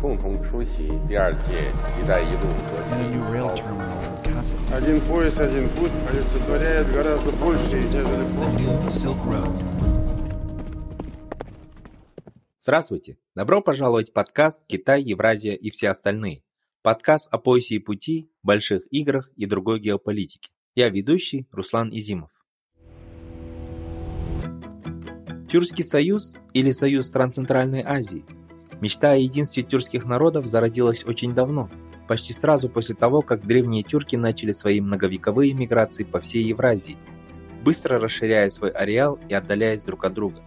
共同出席第二届“一带一路”国际高峰。 Один пояс, один путь олицетворяет гораздо больше, нежели прошлое. Здравствуйте! Добро пожаловать в подкаст «Китай, Евразия и все остальные». Подкаст о поясе и пути, больших играх и другой геополитике. Я ведущий Руслан Изимов. Тюркский союз или Союз стран Центральной Азии. Мечта о единстве тюркских народов зародилась очень давно, почти сразу после того, как древние тюрки начали свои многовековые миграции по всей Евразии, быстро расширяя свой ареал и отдаляясь друг от друга.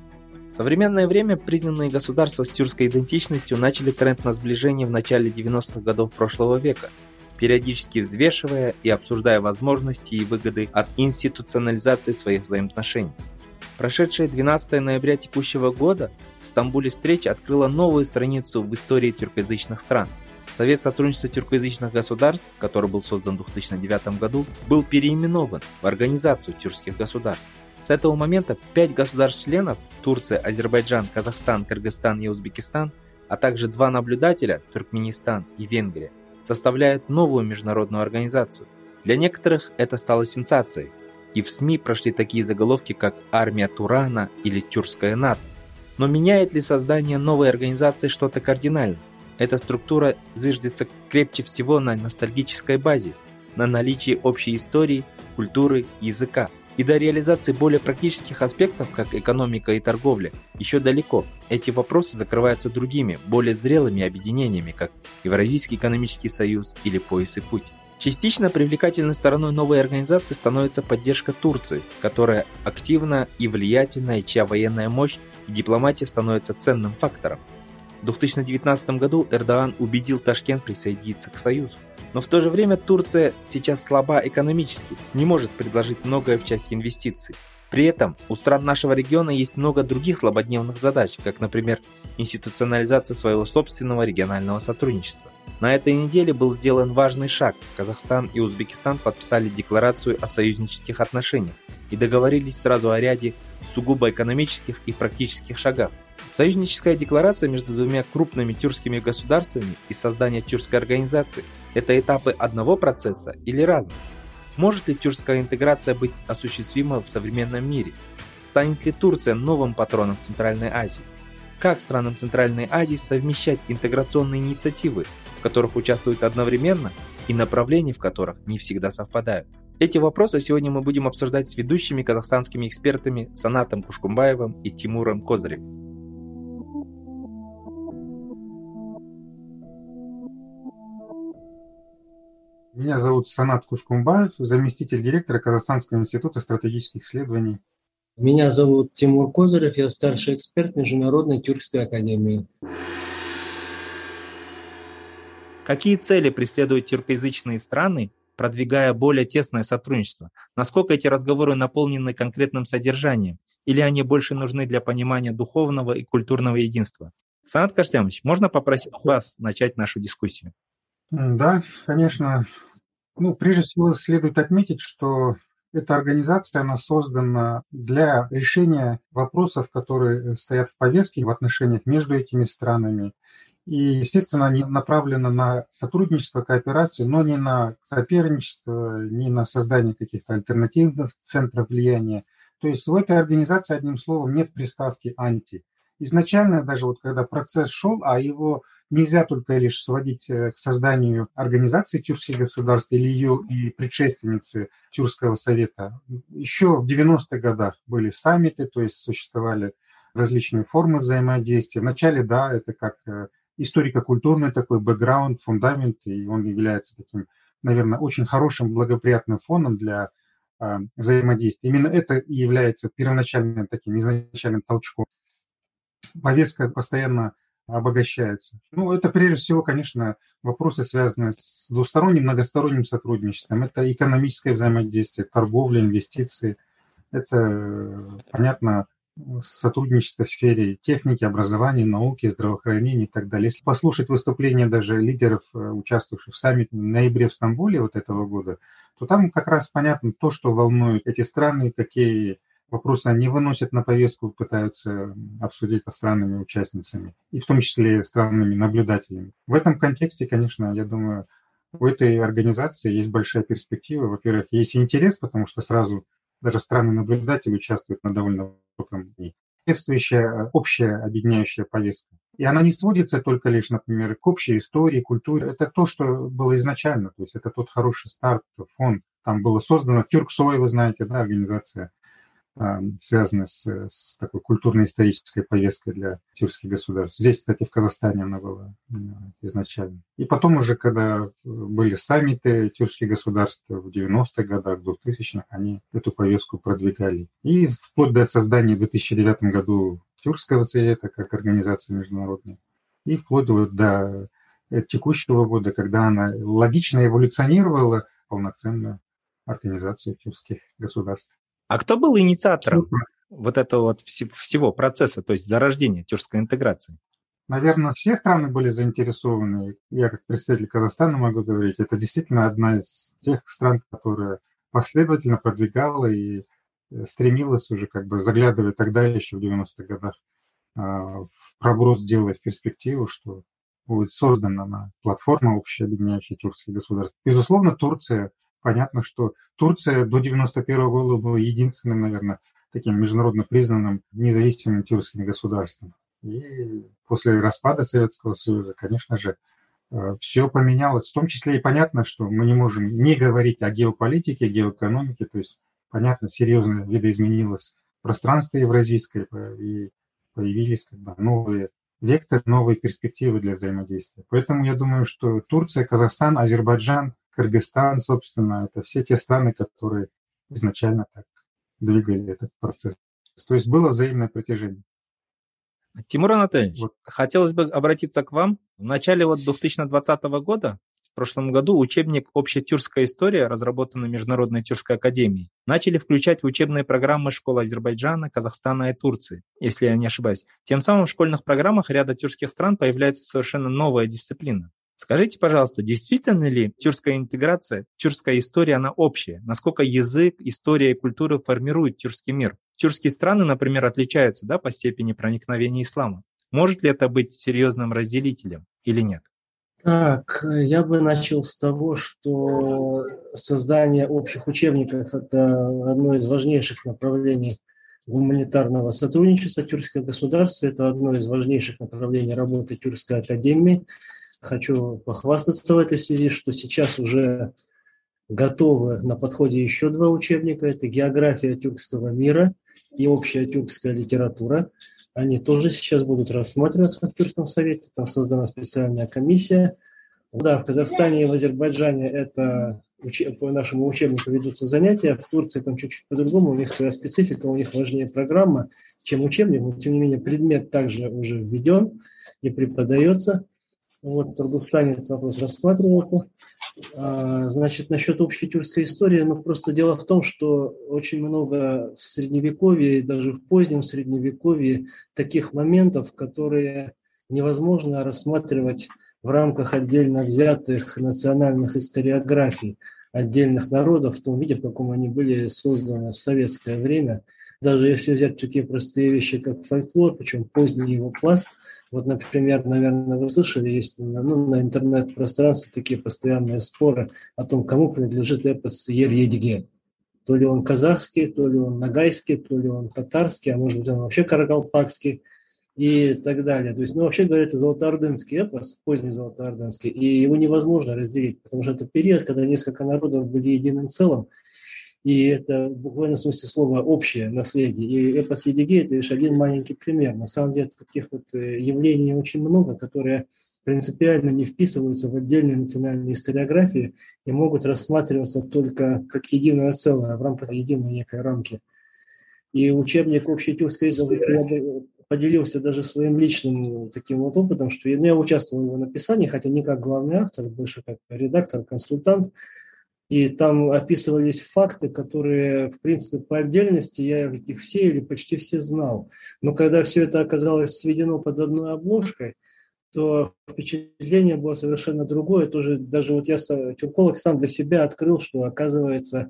В современное время признанные государства с тюркской идентичностью начали тренд на сближение в начале 90-х годов прошлого века, периодически взвешивая и обсуждая возможности и выгоды от институционализации своих взаимоотношений. Прошедшая 12 ноября текущего года в Стамбуле встреча открыла новую страницу в истории тюркоязычных стран. Совет сотрудничества тюркоязычных государств, который был создан в 2009 году, был переименован в Организацию тюркских государств. С этого момента 5 государств-членов – Турция, Азербайджан, Казахстан, Кыргызстан и Узбекистан, а также 2 наблюдателя – Туркменистан и Венгрия – составляют новую международную организацию. Для некоторых это стало сенсацией, и в СМИ прошли такие заголовки, как «Армия Турана» или «Тюркская НАТО». Но меняет ли создание новой организации что-то кардинально? Эта структура зиждется крепче всего на ностальгической базе, на наличии общей истории, культуры, языка. И до реализации более практических аспектов, как экономика и торговля, еще далеко. Эти вопросы закрываются другими, более зрелыми объединениями, как Евразийский экономический союз или Пояс и путь. Частично привлекательной стороной новой организации становится поддержка Турции, которая активна и влиятельна, и чья военная мощь и дипломатия становятся ценным фактором. В 2019 году Эрдоган убедил Ташкент присоединиться к Союзу. Но в то же время Турция сейчас слаба экономически, не может предложить многое в части инвестиций. При этом у стран нашего региона есть много других злободневных задач, как, например, институционализация своего собственного регионального сотрудничества. На этой неделе был сделан важный шаг. Казахстан и Узбекистан подписали декларацию о союзнических отношениях и договорились сразу о ряде сугубо экономических и практических шагах. Союзническая декларация между двумя крупными тюркскими государствами и создание тюркской организации – это этапы одного процесса или разных? Может ли тюркская интеграция быть осуществима в современном мире? Станет ли Турция новым патроном в Центральной Азии? Как странам Центральной Азии совмещать интеграционные инициативы, в которых участвуют одновременно, и направления в которых не всегда совпадают? Эти вопросы сегодня мы будем обсуждать с ведущими казахстанскими экспертами Санатом Кушкумбаевым и Тимуром Козыревым. Меня зовут Санат Кушкумбаев, заместитель директора Казахстанского института стратегических исследований. Меня зовут Тимур Козырев, я старший эксперт Международной тюркской академии. Какие цели преследуют тюркоязычные страны, продвигая более тесное сотрудничество? Насколько эти разговоры наполнены конкретным содержанием? Или они больше нужны для понимания духовного и культурного единства? Санат Каштямович, можно попросить вас начать нашу дискуссию? Да, конечно. Прежде всего следует отметить, что эта организация, она создана для решения вопросов, которые стоят в повестке в отношениях между этими странами. И, естественно, они направлены на сотрудничество, кооперацию, но не на соперничество, не на создание каких-то альтернативных центров влияния. То есть в этой организации, одним словом, нет приставки «анти». Изначально, даже когда процесс шел, а его нельзя только лишь сводить к созданию организации тюркских государств или ее и предшественницы Тюркского совета. Еще в 90-х годах были саммиты, то есть существовали различные формы взаимодействия. Вначале, да, это как историко-культурный такой бэкграунд, фундамент, и он является таким, наверное, очень хорошим, благоприятным фоном для взаимодействия. Именно это и является первоначальным таким изначальным толчком. Повестка постоянно обогащается. Это прежде всего, конечно, вопросы, связанные с двусторонним, многосторонним сотрудничеством. Это экономическое взаимодействие, торговля, инвестиции. Это, понятно, сотрудничество в сфере техники, образования, науки, здравоохранения и так далее. Если послушать выступления даже лидеров, участвовавших в саммите в ноябре в Стамбуле этого года, то там как раз понятно то, что волнует эти страны, какие вопросы они выносят на повестку, пытаются обсудить со странными участницами, и в том числе странными наблюдателями. В этом контексте, конечно, я думаю, у этой организации есть большая перспектива. Во-первых, есть интерес, потому что сразу даже странные наблюдатели участвуют на довольно высоком уровне. Соответствующая общая объединяющая повестка. И она не сводится только лишь, например, к общей истории, культуре. Это то, что было изначально, то есть это тот хороший старт, фон. Там было создано Тюрксой, вы знаете, да, организация, связанная с такой культурно-исторической повесткой для тюркских государств. Здесь, кстати, в Казахстане она была изначально. И потом уже, когда были саммиты тюркских государств в 90-х годах, в 2000-х, они эту повестку продвигали. И вплоть до создания в 2009 году Тюркского совета как организации международной. И вплоть до текущего года, когда она логично эволюционировала в полноценную организацию тюркских государств. А кто был инициатором вот этого вот всего процесса, то есть зарождения тюркской интеграции? Наверное, все страны были заинтересованы. Я как представитель Казахстана могу говорить, это действительно одна из тех стран, которая последовательно продвигала и стремилась уже, как бы заглядывая тогда еще в 90-х годах, в проброс делать в перспективу, что будет создана платформа общая, объединяющая тюркские государства. Безусловно, Турция. Понятно, что Турция до 1991 года была единственным, наверное, таким международно признанным независимым тюркским государством. И после распада Советского Союза, конечно же, все поменялось. В том числе и понятно, что мы не можем не говорить о геополитике, геоэкономике. То есть, понятно, серьезно видоизменилось пространство евразийское, и появились как бы новые векторы, новые перспективы для взаимодействия. Поэтому я думаю, что Турция, Казахстан, Азербайджан, Кыргызстан, собственно, это все те страны, которые изначально так двигали этот процесс. То есть было взаимное притяжение. Тимур Анатольевич, хотелось бы обратиться к вам. В начале 2020 года, в прошлом году, учебник «Общая тюркская история», разработанный Международной тюркской академией, начали включать в учебные программы школ Азербайджана, Казахстана и Турции, если я не ошибаюсь. Тем самым в школьных программах ряда тюркских стран появляется совершенно новая дисциплина. Скажите, пожалуйста, действительно ли тюркская интеграция, тюркская история, она общая? Насколько язык, история и культура формируют тюркский мир? Тюркские страны, например, отличаются, по степени проникновения ислама. Может ли это быть серьезным разделителем или нет? Так, я бы начал с того, что создание общих учебников – это одно из важнейших направлений гуманитарного сотрудничества тюркского государства, это одно из важнейших направлений работы Тюркской академии. Хочу похвастаться в этой связи, что сейчас уже готовы на подходе еще 2 учебника. Это «География тюркского мира» и «Общая тюркская литература». Они тоже сейчас будут рассматриваться в Тюркском совете. Там создана специальная комиссия. Да, в Казахстане и в Азербайджане это по нашему учебнику ведутся занятия. В Турции там чуть-чуть по-другому. У них своя специфика, у них важнее программа, чем учебник. Но, тем не менее, предмет также уже введен и преподается. В Туркменистане этот вопрос рассматривался. Значит, насчет общей тюркской истории, просто дело в том, что очень много в Средневековье, даже в позднем Средневековье, таких моментов, которые невозможно рассматривать в рамках отдельно взятых национальных историографий отдельных народов в том виде, в каком они были созданы в советское время. Даже если взять такие простые вещи, как фольклор, причем поздний его пласт. Например, наверное, вы слышали, есть на интернет-пространстве такие постоянные споры о том, кому принадлежит эпос Ер-Едиге. То ли он казахский, то ли он нагайский, то ли он татарский, а может быть он вообще каракалпакский и так далее. То есть, вообще говоря, это золотоордынский эпос, поздний золотоордынский, и его невозможно разделить, потому что это период, когда несколько народов были единым целым, и это в буквальном смысле слова общее наследие. И эпос Едиге – это лишь один маленький пример. На самом деле таких явлений очень много, которые принципиально не вписываются в отдельные национальные историографии и могут рассматриваться только как единое целое в рамках единой некой рамки. И учебник общей тюркской истории, я бы поделился даже своим личным таким опытом, что я участвовал в его написании, хотя не как главный автор, больше как редактор, консультант. И там описывались факты, которые, в принципе, по отдельности я их все или почти все знал. Но когда все это оказалось сведено под одной обложкой, то впечатление было совершенно другое. Тоже, даже я, тюрколог, сам для себя открыл, что, оказывается,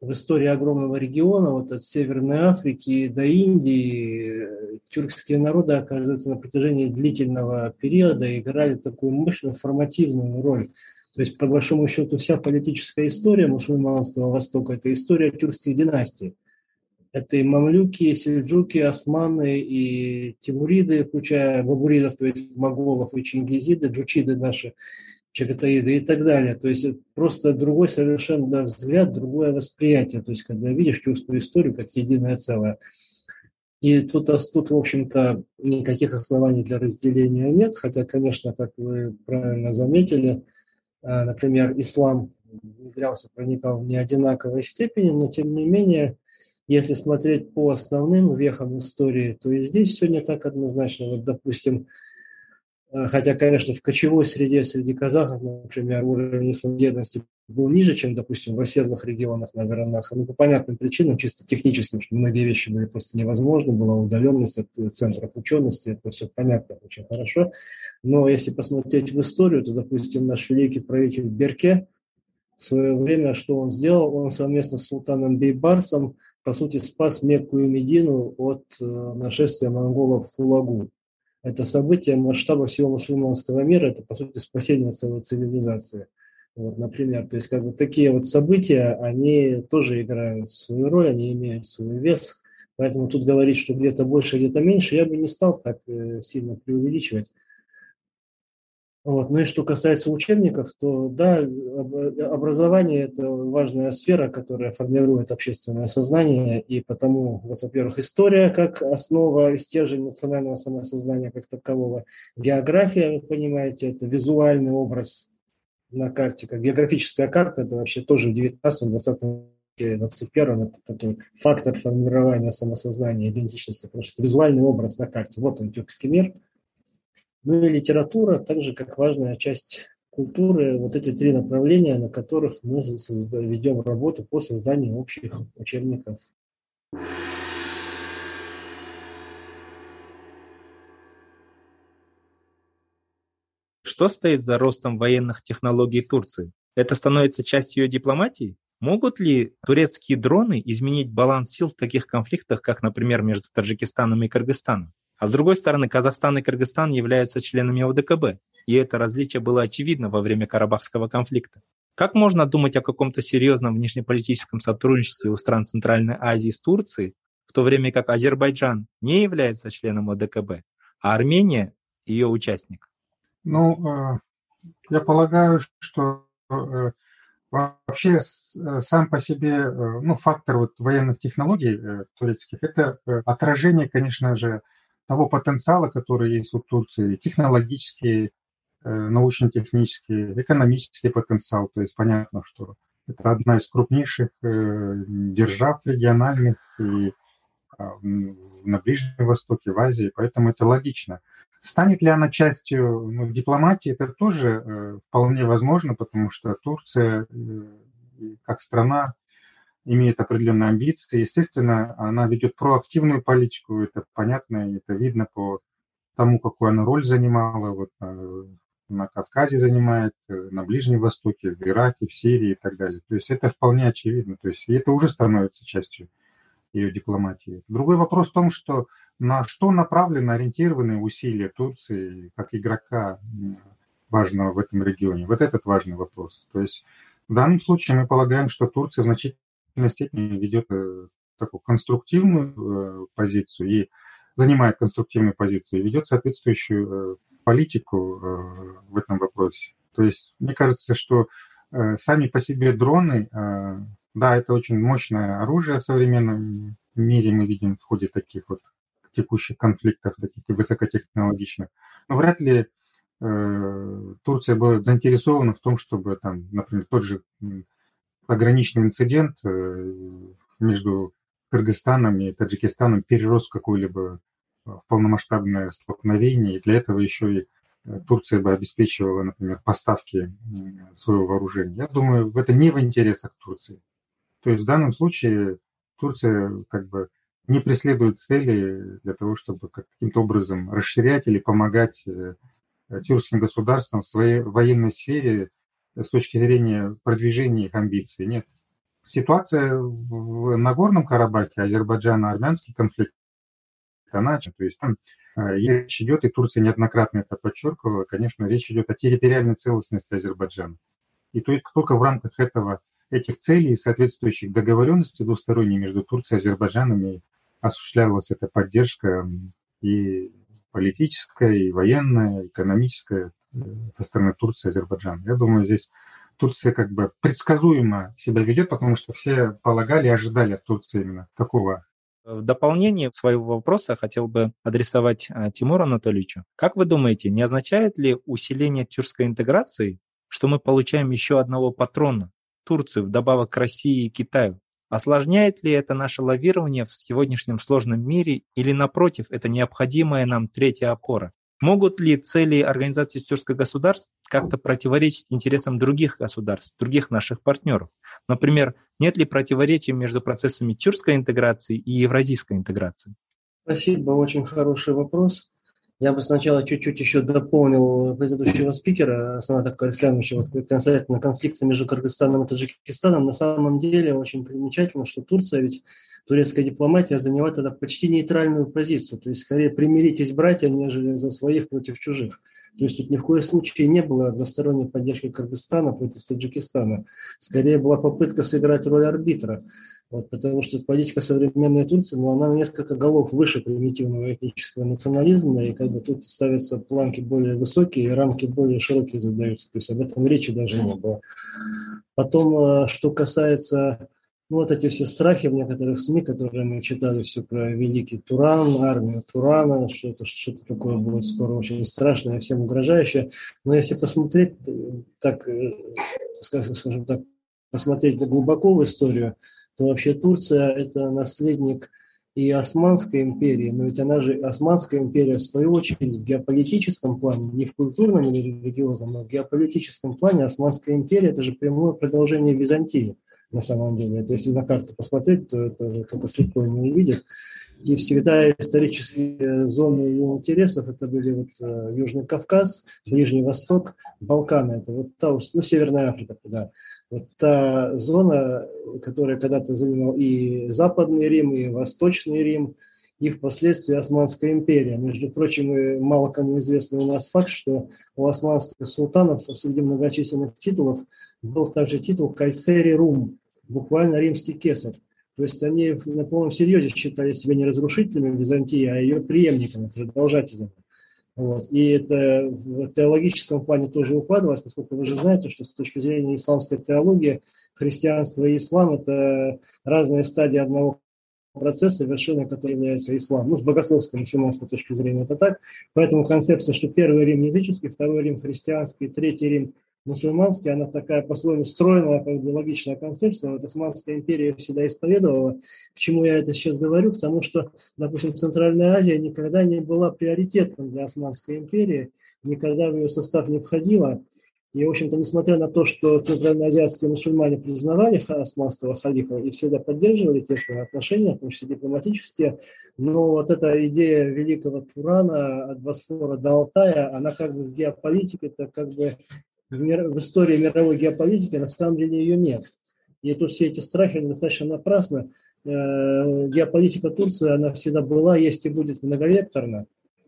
в истории огромного региона, вот от Северной Африки до Индии, тюркские народы, оказывается, на протяжении длительного периода играли такую мощную формативную роль. То есть, по большому счету, вся политическая история мусульманского Востока – это история тюркских династий. Это и мамлюки, сельджуки, османы, и тимуриды, включая бабуридов, то есть моголов, и чингизиды, джучиды наши, чагатаиды и так далее. То есть просто другой совершенно взгляд, другое восприятие. То есть когда видишь тюркскую историю как единое целое. И тут, в общем-то, никаких оснований для разделения нет. Хотя, конечно, как вы правильно заметили, например, ислам внедрялся, проникал в неодинаковой степени, но тем не менее, если смотреть по основным вехам истории, то и здесь все не так однозначно. Вот, допустим, хотя, конечно, в кочевой среде среди казахов, например, уровень исламдедности был ниже, чем, допустим, в оседлых регионах на Веронах. Ну, по понятным причинам, чисто техническим, что многие вещи были просто невозможны, была удаленность от центров учености, это все понятно очень хорошо. Но если посмотреть в историю, то, допустим, наш великий правитель Берке в свое время, что он сделал? Он совместно с султаном Бейбарсом, по сути, спас Мекку и Медину от нашествия монголов в Хулагу. Это событие масштаба всего мусульманского мира, это, по сути, спасение целой цивилизации. Вот, например, то есть как бы такие вот события, они тоже играют свою роль, они имеют свой вес. Поэтому тут говорить, что где-то больше, где-то меньше, я бы не стал так сильно преувеличивать. Вот. Ну и что касается учебников, то да, образование – это важная сфера, которая формирует общественное сознание, и потому, вот, во-первых, история как основа и стержень национального самосознания как такового, география, вы понимаете, это визуальный образ на карте, как географическая карта, это вообще тоже в 19-20 веке, 21-м, это такой фактор формирования самосознания, идентичности, потому что это визуальный образ на карте, вот он, тюркский мир. Ну и литература, так же как важная часть культуры, вот эти три направления, на которых мы ведем работу по созданию общих учебников. Что стоит за ростом военных технологий Турции? Это становится частью ее дипломатии? Могут ли турецкие дроны изменить баланс сил в таких конфликтах, как, например, между Таджикистаном и Кыргызстаном? А с другой стороны, Казахстан и Кыргызстан являются членами ОДКБ, и это различие было очевидно во время Карабахского конфликта. Как можно думать о каком-то серьезном внешнеполитическом сотрудничестве у стран Центральной Азии с Турцией, в то время как Азербайджан не является членом ОДКБ, а Армения – ее участник? Ну, я полагаю, что вообще сам по себе фактор вот военных технологий турецких – это отражение, конечно же, того потенциала, который есть у Турции, технологический, научно-технический, экономический потенциал. То есть понятно, что это одна из крупнейших держав региональных и на Ближнем Востоке, в Азии, поэтому это логично. Станет ли она частью дипломатии, это тоже вполне возможно, потому что Турция как страна имеет определенные амбиции. Естественно, она ведет проактивную политику, это понятно, это видно по тому, какую она роль занимала, вот на Кавказе занимает, на Ближнем Востоке, в Ираке, в Сирии и так далее. То есть это вполне очевидно, то есть это уже становится частью ее дипломатии. Другой вопрос в том, что на что направлены, ориентированы усилия Турции как игрока важного в этом регионе. Вот этот важный вопрос. То есть в данном случае мы полагаем, что Турция в значительной степени ведет такую конструктивную позицию и занимает конструктивную позицию и ведет соответствующую политику в этом вопросе. То есть мне кажется, что сами по себе дроны, да, это очень мощное оружие в современном мире, мы видим в ходе таких вот текущих конфликтов, таких высокотехнологичных. Но вряд ли Турция будет заинтересована в том, чтобы, там, например, тот же пограничный инцидент между Кыргызстаном и Таджикистаном перерос в какое-либо полномасштабное столкновение, и для этого еще и Турция бы обеспечивала, например, поставки своего вооружения. Я думаю, это не в интересах Турции. То есть в данном случае Турция как бы не преследует цели для того, чтобы каким-то образом расширять или помогать тюркским государствам в своей военной сфере с точки зрения продвижения их амбиций. Нет. Ситуация в Нагорном Карабахе, Азербайджано-армянский конфликт, она, то есть там речь идет, и Турция неоднократно это подчеркивала, конечно, речь идет о территориальной целостности Азербайджана. И то есть только в рамках этих целей и соответствующих договоренностей двусторонних между Турцией и Азербайджаном осуществлялась эта поддержка и политическая, и военная, и экономическая со стороны Турции и Азербайджана. Я думаю, здесь Турция как бы предсказуемо себя ведет, потому что все полагали и ожидали от Турции именно такого. В дополнение своего вопроса хотел бы адресовать Тимуру Анатольевичу. Как вы думаете, не означает ли усиление тюркской интеграции, что мы получаем еще одного патрона – Турцию, вдобавок к России и Китаю? Осложняет ли это наше лавирование в сегодняшнем сложном мире или, напротив, это необходимая нам третья опора? Могут ли цели организации тюркских государств как-то противоречить интересам других государств, других наших партнеров? Например, нет ли противоречий между процессами тюркской интеграции и евразийской интеграции? Спасибо, очень хороший вопрос. Я бы сначала чуть-чуть еще дополнил предыдущего спикера, Саната Карислямовича, касательно конфликта между Кыргызстаном и Таджикистаном. На самом деле очень примечательно, что Турция, ведь турецкая дипломатия заняла тогда почти нейтральную позицию, то есть скорее примиритесь, братья, нежели за своих против чужих. То есть тут ни в коем случае не было односторонней поддержки Кыргызстана против Таджикистана. Скорее была попытка сыграть роль арбитра. Потому что политика современной Турции, она на несколько голов выше примитивного этнического национализма, и тут ставятся планки более высокие, и рамки более широкие задаются. То есть об этом речи даже не было. Потом, что касается эти все страхи в некоторых СМИ, которые мы читали все про великий Туран, армию Турана, что-то такое будет скоро очень страшное, всем угрожающее. Но если посмотреть, скажем так, посмотреть глубоко в историю, то вообще Турция – это наследник и Османской империи, но ведь она же, Османская империя, в свою очередь, в геополитическом плане, не в культурном или религиозном, но в геополитическом плане Османская империя – это же прямое продолжение Византии, на самом деле. Это если на карту посмотреть, то это только слепой не увидит. И всегда исторические зоны ее интересов, это были Южный Кавказ, Ближний Восток, Балканы, это та, Северная Африка, да. Та зона, которая когда-то занимал и Западный Рим, и Восточный Рим, и впоследствии Османская империя. Между прочим, мало кому известный у нас факт, что у османских султанов среди многочисленных титулов был также титул «Кайсери Рум», буквально римский кесарь. То есть они на полном серьезе считали себя не разрушителями Византии, а ее преемниками, продолжателями. И это в теологическом плане тоже укладывалось, поскольку вы же знаете, что с точки зрения исламской теологии христианство и ислам – это разные стадии одного процесса, вершиной которой является ислам. С богословской, мусульманской точки зрения это так. Поэтому концепция, что первый Рим языческий, второй Рим христианский, третий Рим мусульманский, она такая по-своему стройная, логичная концепция. Османская империя всегда исповедовала. К чему я это сейчас говорю? Потому что, допустим, Центральная Азия никогда не была приоритетом для Османской империи, никогда в ее состав не входила. И, в общем-то, несмотря на то, что центральноазиатские мусульмане признавали османского халифа и всегда поддерживали тесные отношения, в том числе дипломатические, но эта идея великого Турана от Босфора до Алтая, она в геополитике, это в истории мировой геополитики на самом деле ее нет. И тут все эти страхи достаточно напрасно. Геополитика Турции, она всегда была, есть и будет многовекторна.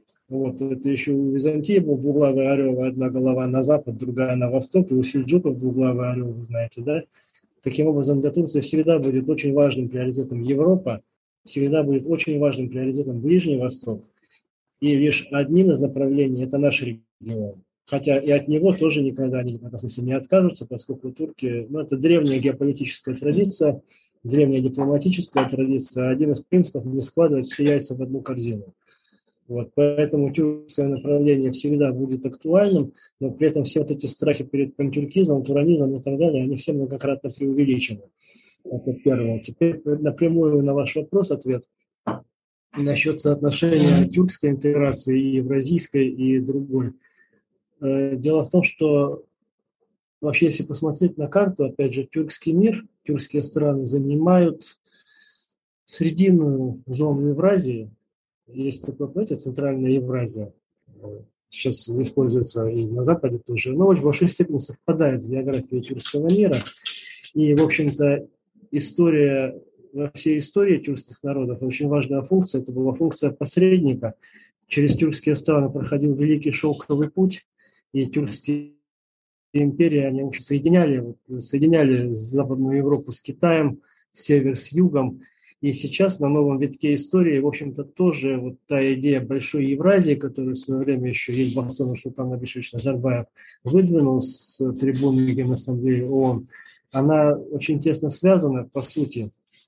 Это еще у Византии был двуглавый орел, одна голова на запад, другая на восток, и у сельджуков двуглавый орел, вы знаете, да? Таким образом, для Турции всегда будет очень важным приоритетом Европа, всегда будет очень важным приоритетом Ближний Восток. И лишь одним из направлений – это наш регион. Хотя и от него тоже никогда они в этом смысле не откажутся, поскольку турки, это древняя геополитическая традиция, древняя дипломатическая традиция. Один из принципов – не складывать все яйца в одну корзину. Поэтому тюркское направление всегда будет актуальным, но при этом все эти страхи перед пантюркизмом, туранизмом и так далее, они все многократно преувеличены. Это первое. Теперь напрямую на ваш вопрос ответ насчет соотношения тюркской интеграции и евразийской и другой. Дело в том, что вообще, если посмотреть на карту, опять же, тюркский мир, тюркские страны занимают срединную зону Евразии. Есть такое понятие «Центральная Евразия». Сейчас используется и на Западе тоже, но очень в большой степени совпадает с географией тюркского мира. И, в общем-то, история, во всей истории тюркских народов очень важная функция, это была функция посредника. Через тюркские страны проходил Великий Шелковый путь, и тюркские империи, они соединяли Западную Европу с Китаем, север с югом. И сейчас на новом витке истории, в общем-то, тоже вот та идея Большой Евразии, которую в свое время еще Елбасы Нурсултан Абишевич Назарбаев выдвинул с трибуны Генассамблеи ООН, она очень тесно связана, по сути,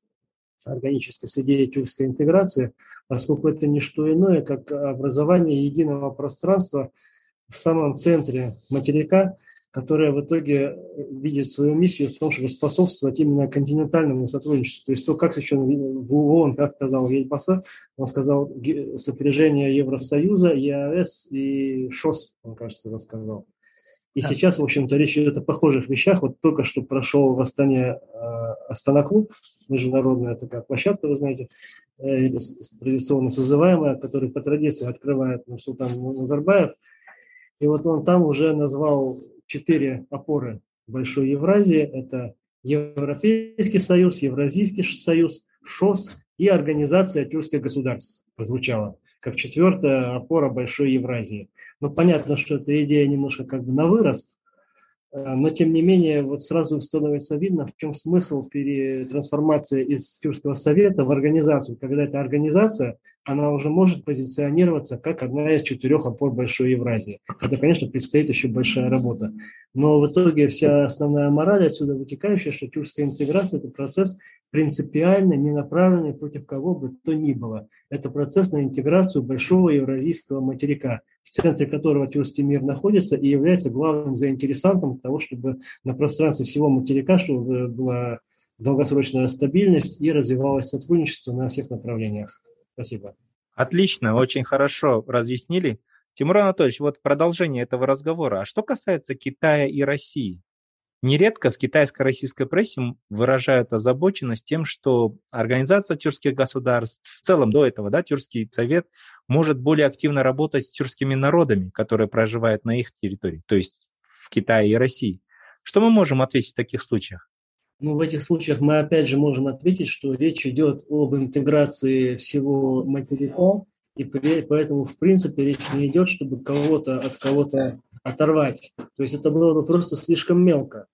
органически с идеей тюркской интеграции, поскольку это не что иное, как образование единого пространства в самом центре материка, которое в итоге видит свою миссию в том, чтобы способствовать именно континентальному сотрудничеству. То есть то, как еще в ООН, как сказал Елбасы, он сказал сопряжение Евросоюза, ЕАЭС и ШОС, он, кажется, рассказал. И сейчас, в общем-то, речь идет о похожих вещах. Вот только что прошел в Астане Астана-клуб, международная такая площадка, вы знаете, традиционно созываемая, которую по традиции открывает Нурсултан Назарбаев. И вот он там уже назвал 4 опоры Большой Евразии. Это Европейский Союз, Евразийский Союз, ШОС и Организация тюркских государств. Прозвучало как 4-я опора Большой Евразии. Но понятно, что эта идея немножко как бы на вырост, но тем не менее вот сразу становится видно, в чем смысл трансформации из Тюркского совета в организацию. Когда эта организация, она уже может позиционироваться как одна из 4 опор Большой Евразии. Это, конечно, предстоит еще большая работа. Но в итоге вся основная мораль отсюда вытекающая, что тюркская интеграция – это процесс принципиально не направленный против кого бы то ни было. Это процесс на интеграцию большого евразийского материка, в центре которого тюркский мир находится и является главным заинтересантом того, чтобы на пространстве всего материка, чтобы была долгосрочная стабильность и развивалось сотрудничество на всех направлениях. Спасибо. Отлично, очень хорошо разъяснили. Тимур Анатольевич, вот продолжение этого разговора. А что касается Китая и России? Нередко в китайско-российской прессе выражают озабоченность тем, что Организация тюркских государств, в целом до этого, Тюркский совет, может более активно работать с тюркскими народами, которые проживают на их территории, то есть в Китае и России. Что мы можем ответить в таких случаях? В этих случаях мы опять же можем ответить, что речь идет об интеграции всего материка, и поэтому, в принципе, речь не идет, чтобы кого-то от кого-то оторвать. То есть это было бы просто слишком мелко.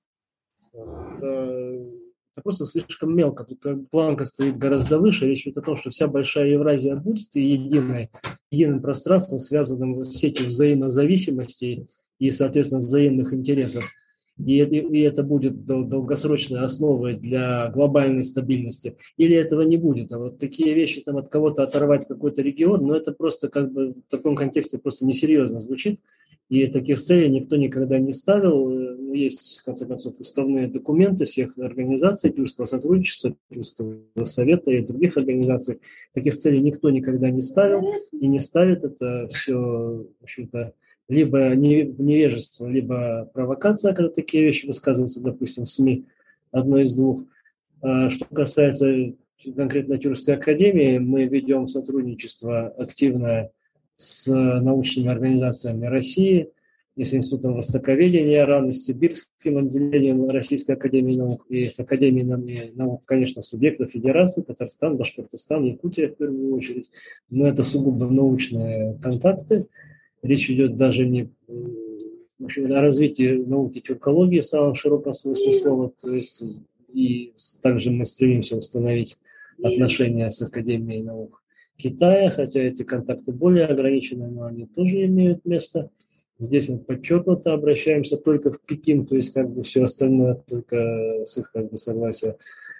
Это просто слишком мелко. Тут планка стоит гораздо выше. Речь идет о том, что вся Большая Евразия будет единым пространством, связанным с сетью взаимозависимостей и, соответственно, взаимных интересов. И это будет долгосрочной основой для глобальной стабильности. Или этого не будет. А вот такие вещи, от кого-то оторвать какой-то регион, это просто в таком контексте просто несерьезно звучит. И таких целей никто никогда не ставил. Есть, в конце концов, уставные документы всех организаций Тюркского сотрудничества, Тюркского совета и других организаций. Таких целей никто никогда не ставил и не ставит. Это все, в общем-то, либо невежество, либо провокация, когда такие вещи высказываются, допустим, в СМИ, одно из двух. Что касается конкретно Тюркской академии, мы ведем сотрудничество активное с научными организациями России, с Институтом востоковедения РАН, с Сибирским отделением Российской академии наук и с Академией наук, конечно, субъектов Федерации, Татарстан, Башкортостан, Якутия в первую очередь. Но это сугубо научные контакты. Речь идет даже не о развитии науки тюркологии в самом широком смысле слова. То есть, и также мы стремимся установить отношения с Академией наук Китая, хотя эти контакты более ограничены, но они тоже имеют место. Здесь мы подчеркнуто обращаемся только в Пекин, то есть все остальное только с их согласия.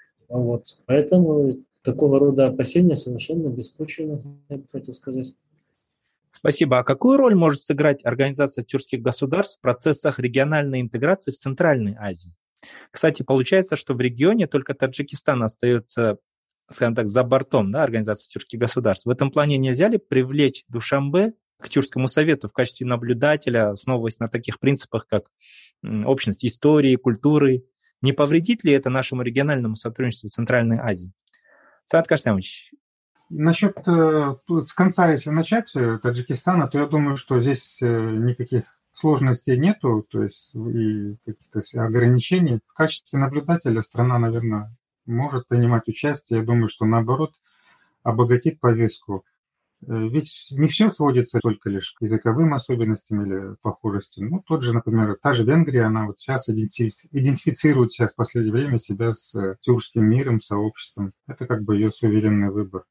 Поэтому такого рода опасения совершенно беспочвенны, я бы хотел сказать. Спасибо. А какую роль может сыграть Организация тюркских государств в процессах региональной интеграции в Центральной Азии? Кстати, получается, что в регионе только Таджикистан остается, скажем так, за бортом Организации тюркских государств. В этом плане нельзя ли привлечь Душанбе к Тюркскому совету в качестве наблюдателя, основываясь на таких принципах, как общность истории, культуры? Не повредит ли это нашему региональному сотрудничеству в Центральной Азии? Саат Каштямович. Насчет с конца, если начать, Таджикистана, то я думаю, что здесь никаких сложностей нету, то есть и каких-то ограничений. В качестве наблюдателя страна, наверное, может принимать участие. Я думаю, что наоборот обогатит повестку. Ведь не все сводится только лишь к языковым особенностям или похожестям. Ну, тот же, например, та же Венгрия, она вот сейчас идентифицирует сейчас в последнее время себя с тюркским миром, сообществом. Это как бы ее суверенный выбор.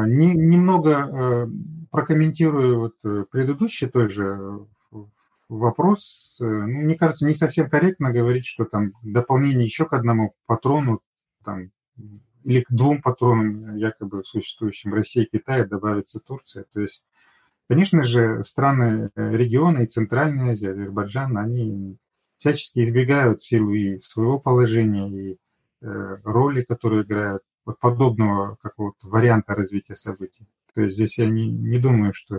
Немного прокомментирую вот предыдущий той же вопрос. Мне кажется, не совсем корректно говорить, что там дополнение еще к одному патрону там, или к двум патронам, якобы существующим России и Китая, добавится Турция. То есть, конечно же, страны региона и Центральной Азии, Азербайджан, они всячески избегают в силу и своего положения, и роли, которую играют, вот подобного какого-то варианта развития событий. То есть здесь я не думаю, что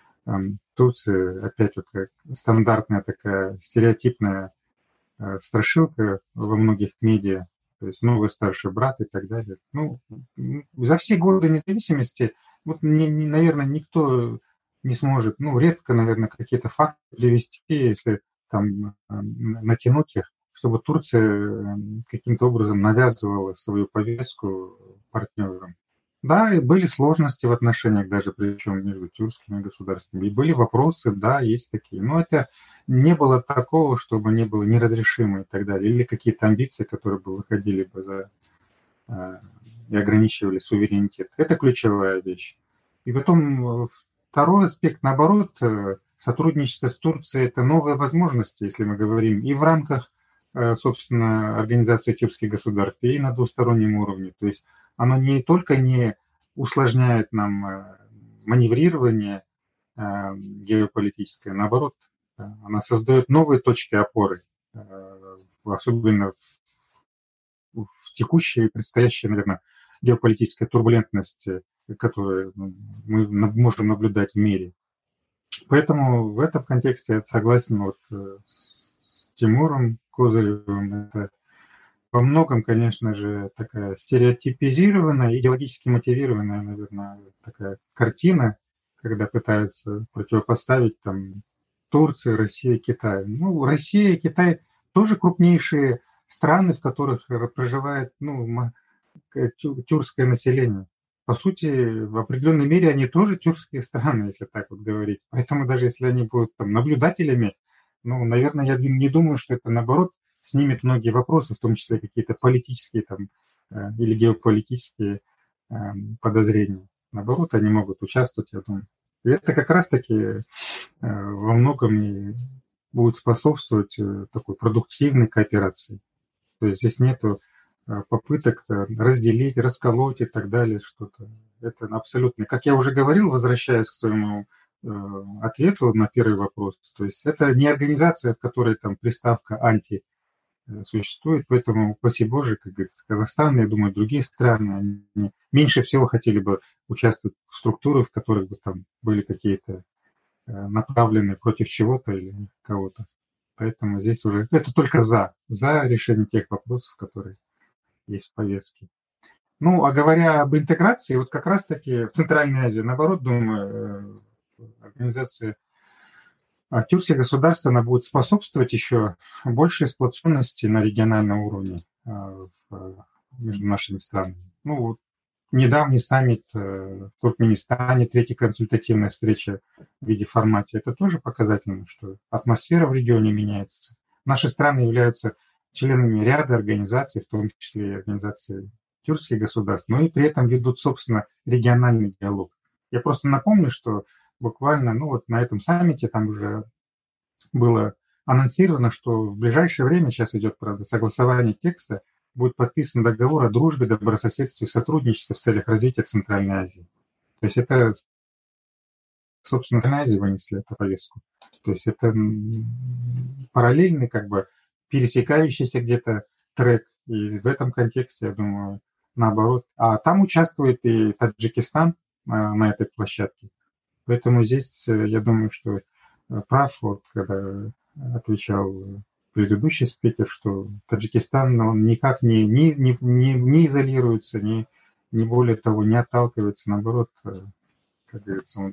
Турция опять вот как стандартная такая стереотипная страшилка во многих медиа, то есть новый старший брат и так далее. Ну, за все годы независимости, вот, наверное, никто не сможет, редко, наверное, какие-то факты привести, если там натянуть их, чтобы Турция каким-то образом навязывала свою повестку партнерам. Да, и были сложности в отношениях даже, причем между тюркскими государствами. И были вопросы, да, есть такие. Но это не было такого, чтобы не было неразрешимо и так далее. Или какие-то амбиции, которые бы выходили бы за и ограничивали суверенитет. Это ключевая вещь. И потом второй аспект, наоборот, сотрудничество с Турцией – это новые возможности, если мы говорим, и в рамках, собственно, Организации тюркских государств, и на двустороннем уровне. То есть оно не только не усложняет нам маневрирование геополитическое, наоборот, она создает новые точки опоры, особенно в текущей и предстоящей, наверное, геополитической турбулентности, которую мы можем наблюдать в мире. Поэтому в этом контексте я согласен вот с Тимуром Козыревым. Это во многом, конечно же, такая стереотипизированная, идеологически мотивированная, наверное, такая картина, когда пытаются противопоставить там Турцию, Россию, Китай. Россия и Китай тоже крупнейшие страны, в которых проживает тюркское население. По сути, в определенной мере они тоже тюркские страны, если так вот говорить. Поэтому даже если они будут там наблюдателями, наверное, я не думаю, что это, наоборот, снимет многие вопросы, в том числе какие-то политические там, или геополитические подозрения. Наоборот, они могут участвовать, я думаю. И это как раз-таки во многом и будет способствовать такой продуктивной кооперации. То есть здесь нету попыток разделить, расколоть и так далее, что-то. Это абсолютно, как я уже говорил, возвращаясь к своему ответу на первый вопрос, то есть это не организация, в которой там приставка «анти» существует, поэтому, упаси Боже, как говорится, Казахстан, я думаю, другие страны, они меньше всего хотели бы участвовать в структурах, в которых бы там были какие-то направлены против чего-то или кого-то. Поэтому здесь уже это только за решение тех вопросов, которые есть в повестке. А говоря об интеграции, вот как раз-таки в Центральной Азии, наоборот, думаю, организация тюркские государства, она будет способствовать еще большей сплоченности на региональном уровне между нашими странами. Недавний саммит в Туркменистане, третья консультативная встреча в виде формата, это тоже показательно, что атмосфера в регионе меняется. Наши страны являются членами ряда организаций, в том числе и организации тюркских государств, но и при этом ведут, собственно, региональный диалог. Я просто напомню, что буквально, на этом саммите там уже было анонсировано, что в ближайшее время, сейчас идет, правда, согласование текста, будет подписан договор о дружбе, добрососедстве и сотрудничестве в целях развития Центральной Азии. То есть это, собственно, Центральная Азия вынесли эту повестку. То есть это параллельный, пересекающийся где-то трек. И в этом контексте, я думаю, наоборот. А там участвует и Таджикистан на этой площадке. Поэтому здесь, я думаю, что прав, когда отвечал предыдущий спикер, что Таджикистан, он никак не изолируется, не более того, не отталкивается, наоборот, как говорится,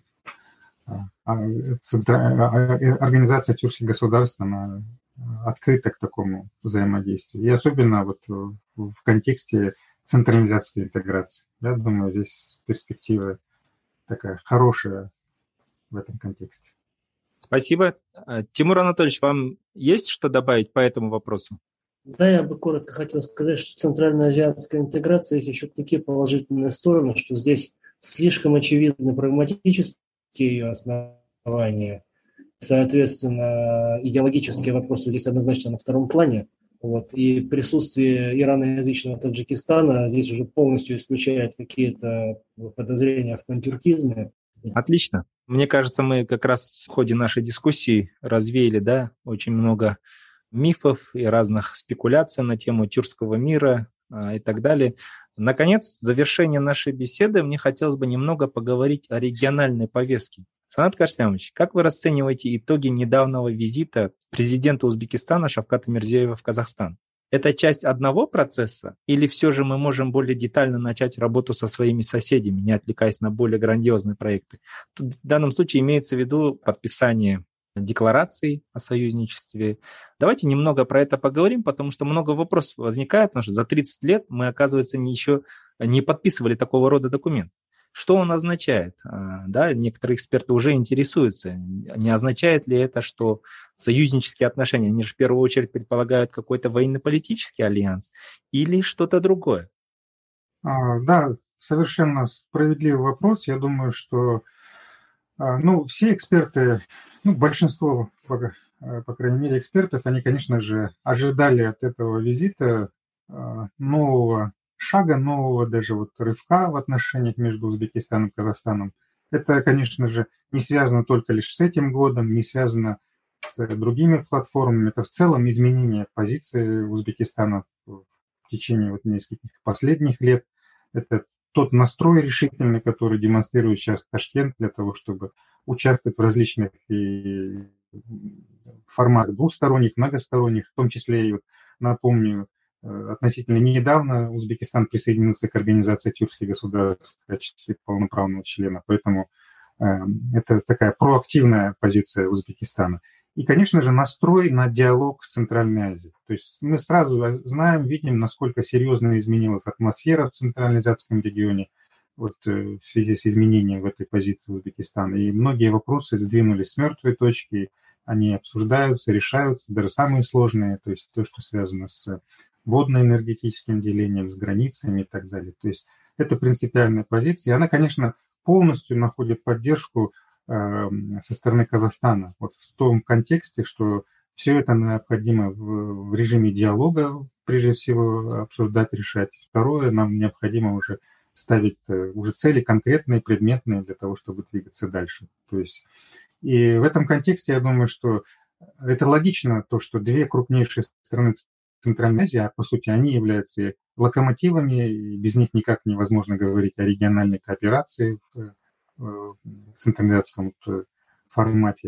организация тюркских государств, она открыта к такому взаимодействию. И особенно в контексте централизации интеграции. Я думаю, здесь перспектива такая хорошая в этом контексте. Спасибо. Тимур Анатольевич, вам есть что добавить по этому вопросу? Да, я бы коротко хотел сказать, что центральноазиатская интеграция есть еще такие положительные стороны, что здесь слишком очевидны прагматические ее основания. Соответственно, идеологические вопросы здесь однозначно на втором плане. Вот. И присутствие ираноязычного Таджикистана здесь уже полностью исключает какие-то подозрения в пантюркизме. Отлично. Мне кажется, мы как раз в ходе нашей дискуссии развеяли, да, очень много мифов и разных спекуляций на тему тюркского мира и так далее. Наконец, в завершение нашей беседы мне хотелось бы немного поговорить о региональной повестке. Санат Карсямович, как вы расцениваете итоги недавнего визита президента Узбекистана Шавката Мирзиева в Казахстан? Это часть одного процесса или все же мы можем более детально начать работу со своими соседями, не отвлекаясь на более грандиозные проекты? Тут в данном случае имеется в виду подписание декларации о союзничестве. Давайте немного про это поговорим, потому что много вопросов возникает, потому что за 30 лет мы, оказывается, еще не подписывали такого рода документ. Что он означает? Да, некоторые эксперты уже интересуются. Не означает ли это, что союзнические отношения, они же в первую очередь предполагают какой-то военно-политический альянс или что-то другое? Да, совершенно справедливый вопрос. Я думаю, что все эксперты, большинство, по крайней мере, экспертов, они, конечно же, ожидали от этого визита нового шага, нового даже рывка в отношениях между Узбекистаном и Казахстаном. Это, конечно же, не связано только лишь с этим годом, не связано с другими платформами. Это в целом изменение позиции Узбекистана в течение нескольких последних лет. Это тот настрой решительный, который демонстрирует сейчас Ташкент для того, чтобы участвовать в различных форматах двухсторонних, многосторонних, в том числе, и напомню, относительно недавно Узбекистан присоединился к организации тюркских государств в качестве полноправного члена, поэтому это такая проактивная позиция Узбекистана. И, конечно же, настрой на диалог в Центральной Азии. То есть мы сразу знаем, видим, насколько серьезно изменилась атмосфера в Центральноазиатском регионе в связи с изменением в этой позиции Узбекистана. И многие вопросы сдвинулись с мертвой точки, они обсуждаются, решаются, даже самые сложные, то есть то, что связано с водно-энергетическим делением, с границами и так далее. То есть это принципиальная позиция. И она, конечно, полностью находит поддержку со стороны Казахстана. В том контексте, что все это необходимо в режиме диалога, прежде всего, обсуждать, решать. Второе, нам необходимо уже ставить уже цели конкретные, предметные для того, чтобы двигаться дальше. То есть, и в этом контексте я думаю, что это логично, то, что две крупнейшие страны Центральной Азии, по сути, они являются локомотивами, и без них никак невозможно говорить о региональной кооперации в центральноазиатском формате.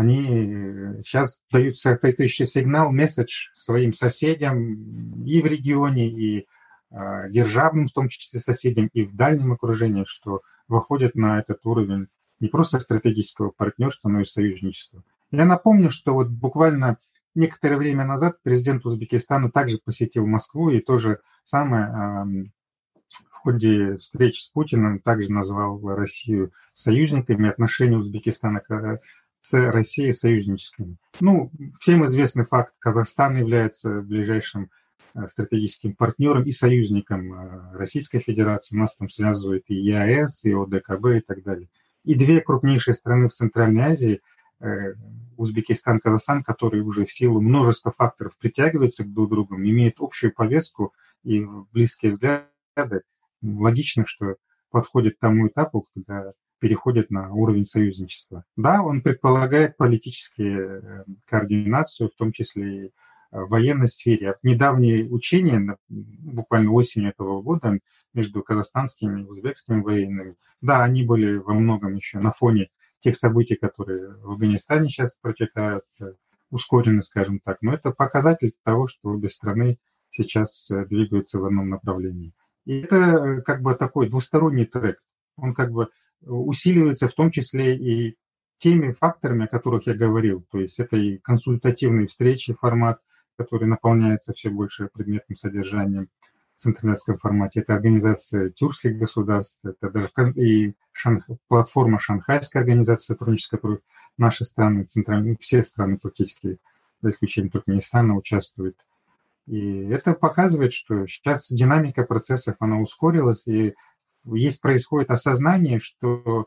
Они сейчас дают соответствующий сигнал, месседж своим соседям и в регионе, и державным, в том числе соседям, и в дальнем окружении, что выходят на этот уровень не просто стратегического партнерства, но и союзничества. Я напомню, что буквально некоторое время назад президент Узбекистана также посетил Москву и то же самое в ходе встреч с Путиным также назвал Россию союзниками, отношения Узбекистана с Россией союзническими. Всем известный факт, Казахстан является ближайшим стратегическим партнером и союзником Российской Федерации. Нас там связывает и ЕАЭС, и ОДКБ и так далее. И две крупнейшие страны в Центральной Азии, Узбекистан, Казахстан, которые уже в силу множества факторов притягиваются друг к другу, имеют общую повестку и близкие взгляды. Логично, что подходит к тому этапу, когда переходит на уровень союзничества. Да, он предполагает политическую координацию, в том числе и в военной сфере. Недавние учения, буквально осенью этого года, между казахстанскими и узбекскими военными, да, они были во многом еще на фоне тех событий, которые в Афганистане сейчас протекают, ускоренно, скажем так. Но это показатель того, что обе страны сейчас двигаются в одном направлении. И это такой двусторонний трек. Он усиливается в том числе и теми факторами, о которых я говорил. То есть это и консультативные встречи, формат, который наполняется все больше предметным содержанием. центральноазиатском формате. Это Организация тюркских государств, это даже и платформа Шанхайской организации сотрудничества, в которой наши страны, все страны практически, за исключением Туркменистана, участвуют. И это показывает, что сейчас динамика процессов, она ускорилась, и происходит осознание, что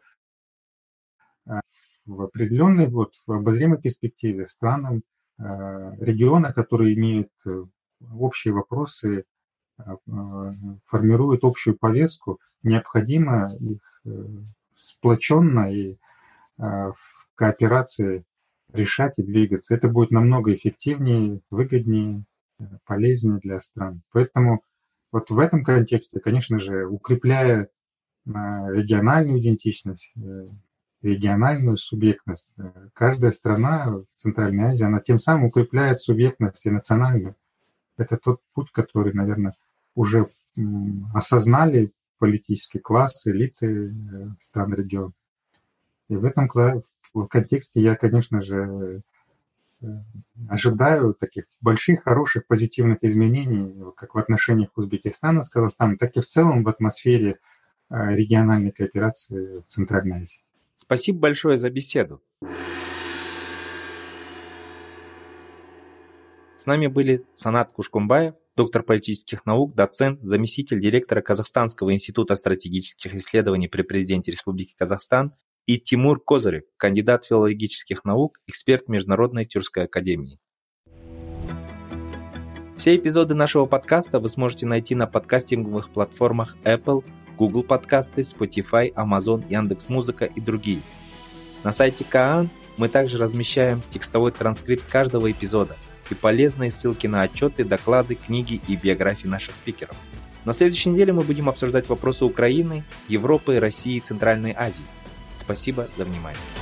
в определенной, в обозримой перспективе странам региона, которые имеют общие вопросы, формируют общую повестку, необходимо их сплоченно и в кооперации решать и двигаться. Это будет намного эффективнее, выгоднее, полезнее для стран. Поэтому вот в этом контексте, конечно же, укрепляя региональную идентичность, региональную субъектность, каждая страна в Центральной Азии, она тем самым укрепляет субъектность и национальную. Это тот путь, который, наверное, уже осознали политический класс, элиты стран региона. И в этом контексте я, конечно же, ожидаю таких больших, хороших, позитивных изменений, как в отношениях Узбекистана с Казахстаном, так и в целом в атмосфере региональной кооперации в Центральной Азии. Спасибо большое за беседу. С нами были Санат Кушкумбаев, доктор политических наук, доцент, заместитель директора Казахстанского института стратегических исследований при президенте Республики Казахстан, и Тимур Козырев, кандидат филологических наук, эксперт Международной тюркской академии. Все эпизоды нашего подкаста вы сможете найти на подкастинговых платформах Apple, Google подкасты, Spotify, Amazon, Яндекс.Музыка и другие. На сайте Каан мы также размещаем текстовой транскрипт каждого эпизода и полезные ссылки на отчеты, доклады, книги и биографии наших спикеров. На следующей неделе мы будем обсуждать вопросы Украины, Европы, России и Центральной Азии. Спасибо за внимание.